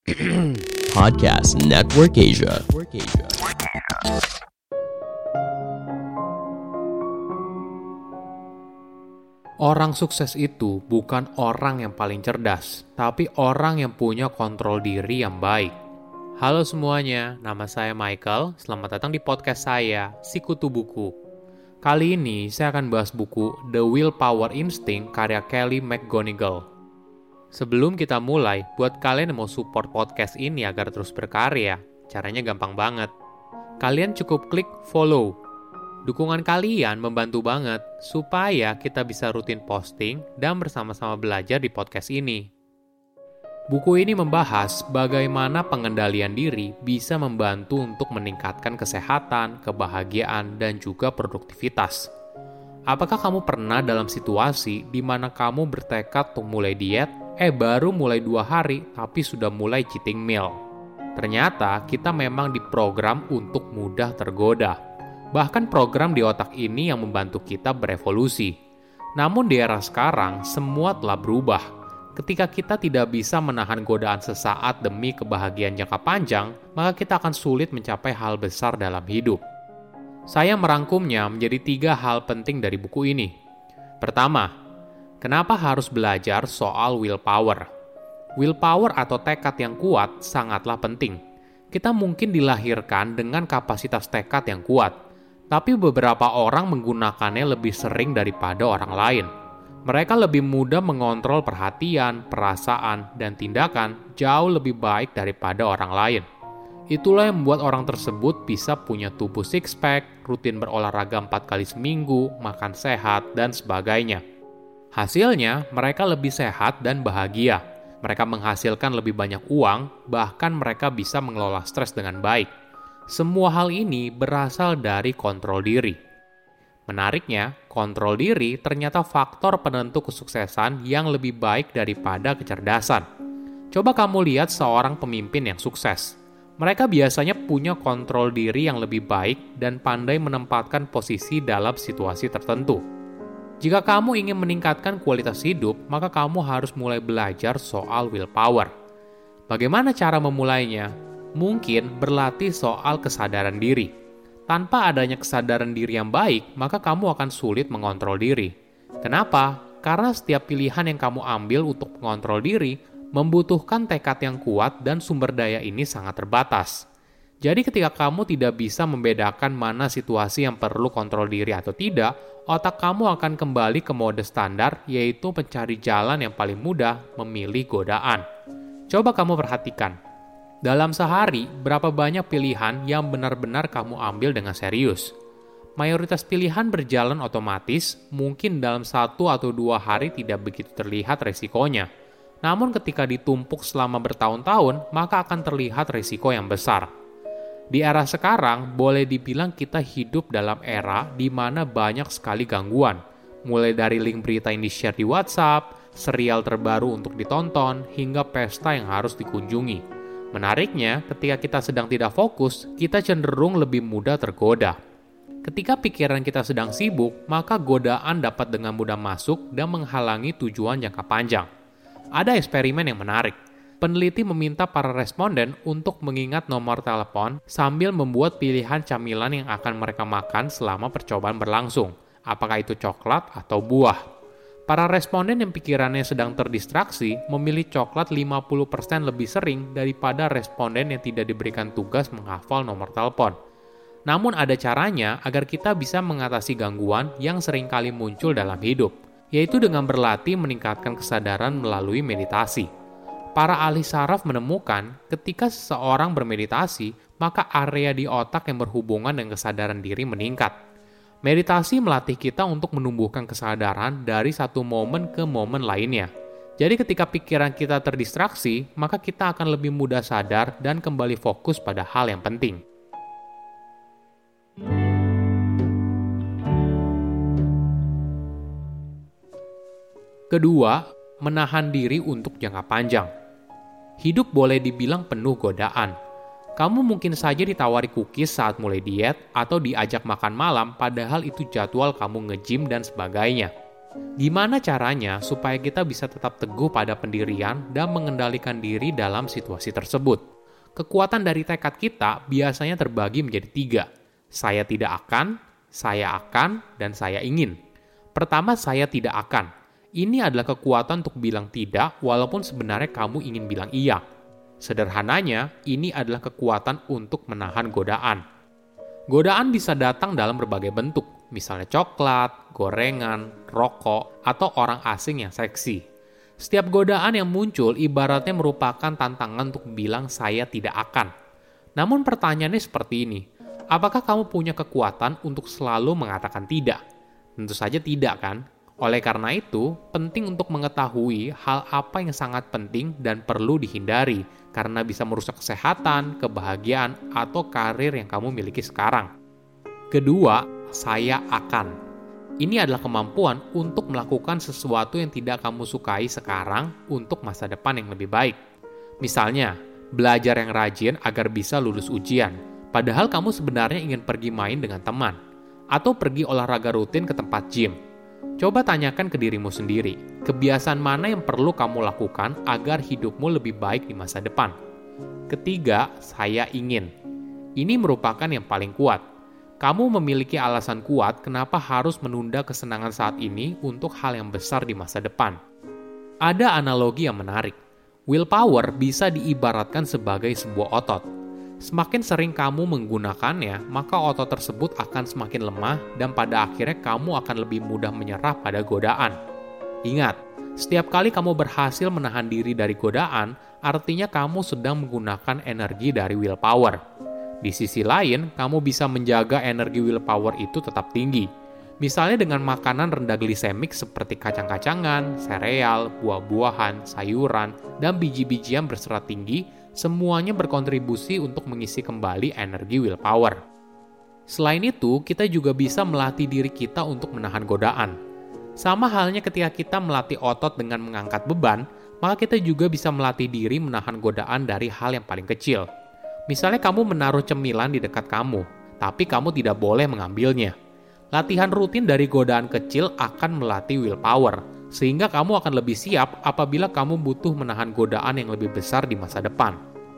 Podcast Network Asia. Orang sukses itu bukan orang yang paling cerdas, tapi orang yang punya kontrol diri yang baik. Halo semuanya, nama saya Michael. Selamat datang di podcast saya, Sikutu Buku. Kali ini saya akan bahas buku The Willpower Instinct karya Kelly McGonigal. Sebelum kita mulai, buat kalian yang mau support podcast ini agar terus berkarya, caranya gampang banget. Kalian cukup klik follow. Dukungan kalian membantu banget supaya kita bisa rutin posting dan bersama-sama belajar di podcast ini. Buku ini membahas bagaimana pengendalian diri bisa membantu untuk meningkatkan kesehatan, kebahagiaan, dan juga produktivitas. Apakah kamu pernah dalam situasi di mana kamu bertekad untuk mulai diet, baru mulai 2 hari tapi sudah mulai cheating meal? Ternyata kita memang diprogram untuk mudah tergoda. Bahkan program di otak ini yang membantu kita berevolusi. Namun di era sekarang, semua telah berubah. Ketika kita tidak bisa menahan godaan sesaat demi kebahagiaan jangka panjang, maka kita akan sulit mencapai hal besar dalam hidup. Saya merangkumnya menjadi 3 hal penting dari buku ini. Pertama, kenapa harus belajar soal willpower? Willpower atau tekad yang kuat sangatlah penting. Kita mungkin dilahirkan dengan kapasitas tekad yang kuat, tapi beberapa orang menggunakannya lebih sering daripada orang lain. Mereka lebih mudah mengontrol perhatian, perasaan, dan tindakan jauh lebih baik daripada orang lain. Itulah yang membuat orang tersebut bisa punya tubuh six-pack, rutin berolahraga 4 kali seminggu, makan sehat, dan sebagainya. Hasilnya, mereka lebih sehat dan bahagia. Mereka menghasilkan lebih banyak uang, bahkan mereka bisa mengelola stres dengan baik. Semua hal ini berasal dari kontrol diri. Menariknya, kontrol diri ternyata faktor penentu kesuksesan yang lebih baik daripada kecerdasan. Coba kamu lihat seorang pemimpin yang sukses. Mereka biasanya punya kontrol diri yang lebih baik dan pandai menempatkan posisi dalam situasi tertentu. Jika kamu ingin meningkatkan kualitas hidup, maka kamu harus mulai belajar soal willpower. Bagaimana cara memulainya? Mungkin berlatih soal kesadaran diri. Tanpa adanya kesadaran diri yang baik, maka kamu akan sulit mengontrol diri. Kenapa? Karena setiap pilihan yang kamu ambil untuk mengontrol diri membutuhkan tekad yang kuat dan sumber daya ini sangat terbatas. Jadi ketika kamu tidak bisa membedakan mana situasi yang perlu kontrol diri atau tidak, otak kamu akan kembali ke mode standar, yaitu mencari jalan yang paling mudah memilih godaan. Coba kamu perhatikan. Dalam sehari, berapa banyak pilihan yang benar-benar kamu ambil dengan serius? Mayoritas pilihan berjalan otomatis, mungkin dalam 1 atau 2 hari tidak begitu terlihat resikonya. Namun ketika ditumpuk selama bertahun-tahun, maka akan terlihat risiko yang besar. Di era sekarang, boleh dibilang kita hidup dalam era di mana banyak sekali gangguan. Mulai dari link berita yang di-share di WhatsApp, serial terbaru untuk ditonton, hingga pesta yang harus dikunjungi. Menariknya, ketika kita sedang tidak fokus, kita cenderung lebih mudah tergoda. Ketika pikiran kita sedang sibuk, maka godaan dapat dengan mudah masuk dan menghalangi tujuan jangka panjang. Ada eksperimen yang menarik. Peneliti meminta para responden untuk mengingat nomor telepon sambil membuat pilihan camilan yang akan mereka makan selama percobaan berlangsung, apakah itu coklat atau buah. Para responden yang pikirannya sedang terdistraksi memilih coklat 50% lebih sering daripada responden yang tidak diberikan tugas menghafal nomor telepon. Namun ada caranya agar kita bisa mengatasi gangguan yang seringkali muncul dalam hidup, yaitu dengan berlatih meningkatkan kesadaran melalui meditasi. Para ahli saraf menemukan ketika seseorang bermeditasi, maka area di otak yang berhubungan dengan kesadaran diri meningkat. Meditasi melatih kita untuk menumbuhkan kesadaran dari satu momen ke momen lainnya. Jadi ketika pikiran kita terdistraksi, maka kita akan lebih mudah sadar dan kembali fokus pada hal yang penting. Kedua, menahan diri untuk jangka panjang. Hidup boleh dibilang penuh godaan. Kamu mungkin saja ditawari cookies saat mulai diet atau diajak makan malam padahal itu jadwal kamu nge-gym dan sebagainya. Gimana caranya supaya kita bisa tetap teguh pada pendirian dan mengendalikan diri dalam situasi tersebut? Kekuatan dari tekad kita biasanya terbagi menjadi 3. Saya tidak akan, saya akan, dan saya ingin. Pertama, saya tidak akan. Ini adalah kekuatan untuk bilang tidak walaupun sebenarnya kamu ingin bilang iya. Sederhananya, ini adalah kekuatan untuk menahan godaan. Godaan bisa datang dalam berbagai bentuk, misalnya coklat, gorengan, rokok, atau orang asing yang seksi. Setiap godaan yang muncul ibaratnya merupakan tantangan untuk bilang saya tidak akan. Namun pertanyaannya seperti ini, apakah kamu punya kekuatan untuk selalu mengatakan tidak? Tentu saja tidak kan? Oleh karena itu, penting untuk mengetahui hal apa yang sangat penting dan perlu dihindari karena bisa merusak kesehatan, kebahagiaan, atau karir yang kamu miliki sekarang. Kedua, saya akan. Ini adalah kemampuan untuk melakukan sesuatu yang tidak kamu sukai sekarang untuk masa depan yang lebih baik. Misalnya, belajar yang rajin agar bisa lulus ujian, padahal kamu sebenarnya ingin pergi main dengan teman, atau pergi olahraga rutin ke tempat gym. Coba tanyakan ke dirimu sendiri, kebiasaan mana yang perlu kamu lakukan agar hidupmu lebih baik di masa depan? Ketiga, saya ingin. Ini merupakan yang paling kuat. Kamu memiliki alasan kuat kenapa harus menunda kesenangan saat ini untuk hal yang besar di masa depan. Ada analogi yang menarik. Willpower bisa diibaratkan sebagai sebuah otot. Semakin sering kamu menggunakannya, maka otot tersebut akan semakin lemah dan pada akhirnya kamu akan lebih mudah menyerah pada godaan. Ingat, setiap kali kamu berhasil menahan diri dari godaan, artinya kamu sedang menggunakan energi dari willpower. Di sisi lain, kamu bisa menjaga energi willpower itu tetap tinggi. Misalnya dengan makanan rendah glisemik seperti kacang-kacangan, sereal, buah-buahan, sayuran, dan biji-bijian berserat tinggi, semuanya berkontribusi untuk mengisi kembali energi willpower. Selain itu, kita juga bisa melatih diri kita untuk menahan godaan. Sama halnya ketika kita melatih otot dengan mengangkat beban, maka kita juga bisa melatih diri menahan godaan dari hal yang paling kecil. Misalnya kamu menaruh cemilan di dekat kamu, tapi kamu tidak boleh mengambilnya. Latihan rutin dari godaan kecil akan melatih willpower, sehingga kamu akan lebih siap apabila kamu butuh menahan godaan yang lebih besar di masa depan.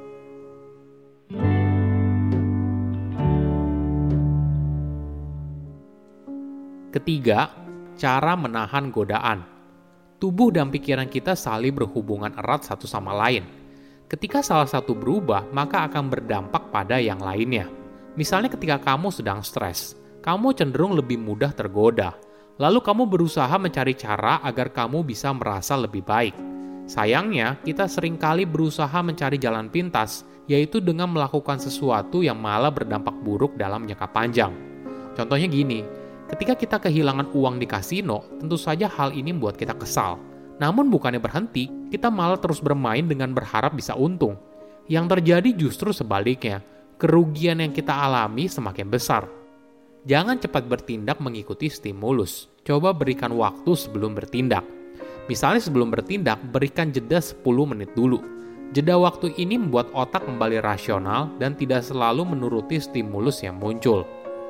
Ketiga, cara menahan godaan. Tubuh dan pikiran kita saling berhubungan erat satu sama lain. Ketika salah satu berubah, maka akan berdampak pada yang lainnya. Misalnya ketika kamu sedang stres, kamu cenderung lebih mudah tergoda. Lalu kamu berusaha mencari cara agar kamu bisa merasa lebih baik. Sayangnya, kita seringkali berusaha mencari jalan pintas, yaitu dengan melakukan sesuatu yang malah berdampak buruk dalam jangka panjang. Contohnya gini, ketika kita kehilangan uang di kasino, tentu saja hal ini membuat kita kesal. Namun bukannya berhenti, kita malah terus bermain dengan berharap bisa untung. Yang terjadi justru sebaliknya, kerugian yang kita alami semakin besar. Jangan cepat bertindak mengikuti stimulus. Coba berikan waktu sebelum bertindak. Misalnya sebelum bertindak, berikan jeda 10 menit dulu. Jeda waktu ini membuat otak kembali rasional dan tidak selalu menuruti stimulus yang muncul.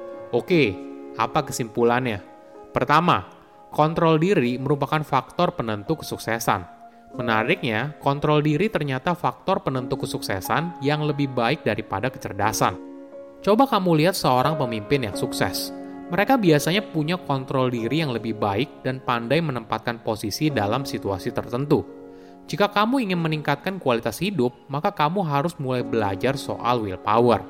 Oke, apa kesimpulannya? Pertama, kontrol diri merupakan faktor penentu kesuksesan. Menariknya, kontrol diri ternyata faktor penentu kesuksesan yang lebih baik daripada kecerdasan. Coba kamu lihat seorang pemimpin yang sukses. Mereka biasanya punya kontrol diri yang lebih baik dan pandai menempatkan posisi dalam situasi tertentu. Jika kamu ingin meningkatkan kualitas hidup, maka kamu harus mulai belajar soal willpower.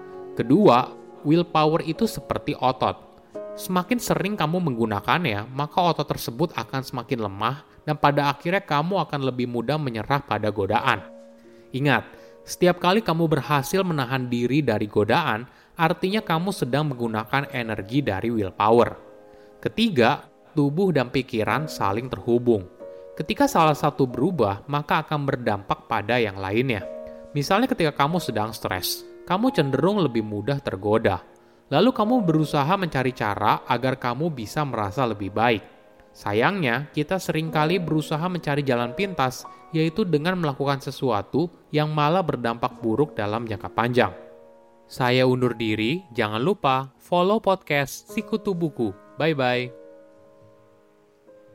Kedua, willpower itu seperti otot. Semakin sering kamu menggunakannya, maka otot tersebut akan semakin lemah dan pada akhirnya kamu akan lebih mudah menyerah pada godaan. Ingat, setiap kali kamu berhasil menahan diri dari godaan, artinya kamu sedang menggunakan energi dari willpower. Ketiga, tubuh dan pikiran saling terhubung. Ketika salah satu berubah, maka akan berdampak pada yang lainnya. Misalnya ketika kamu sedang stres, kamu cenderung lebih mudah tergoda. Lalu kamu berusaha mencari cara agar kamu bisa merasa lebih baik. Sayangnya, kita seringkali berusaha mencari jalan pintas, yaitu dengan melakukan sesuatu yang malah berdampak buruk dalam jangka panjang. Saya undur diri, jangan lupa follow podcast Sikutu Buku. Bye-bye.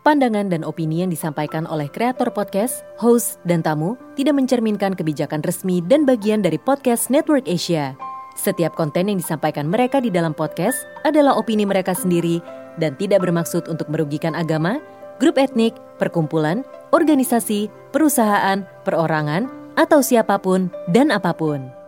Pandangan dan opini yang disampaikan oleh kreator podcast, host, dan tamu tidak mencerminkan kebijakan resmi dan bagian dari podcast Network Asia. Setiap konten yang disampaikan mereka di dalam podcast adalah opini mereka sendiri dan tidak bermaksud untuk merugikan agama, grup etnik, perkumpulan, organisasi, perusahaan, perorangan, atau siapapun dan apapun.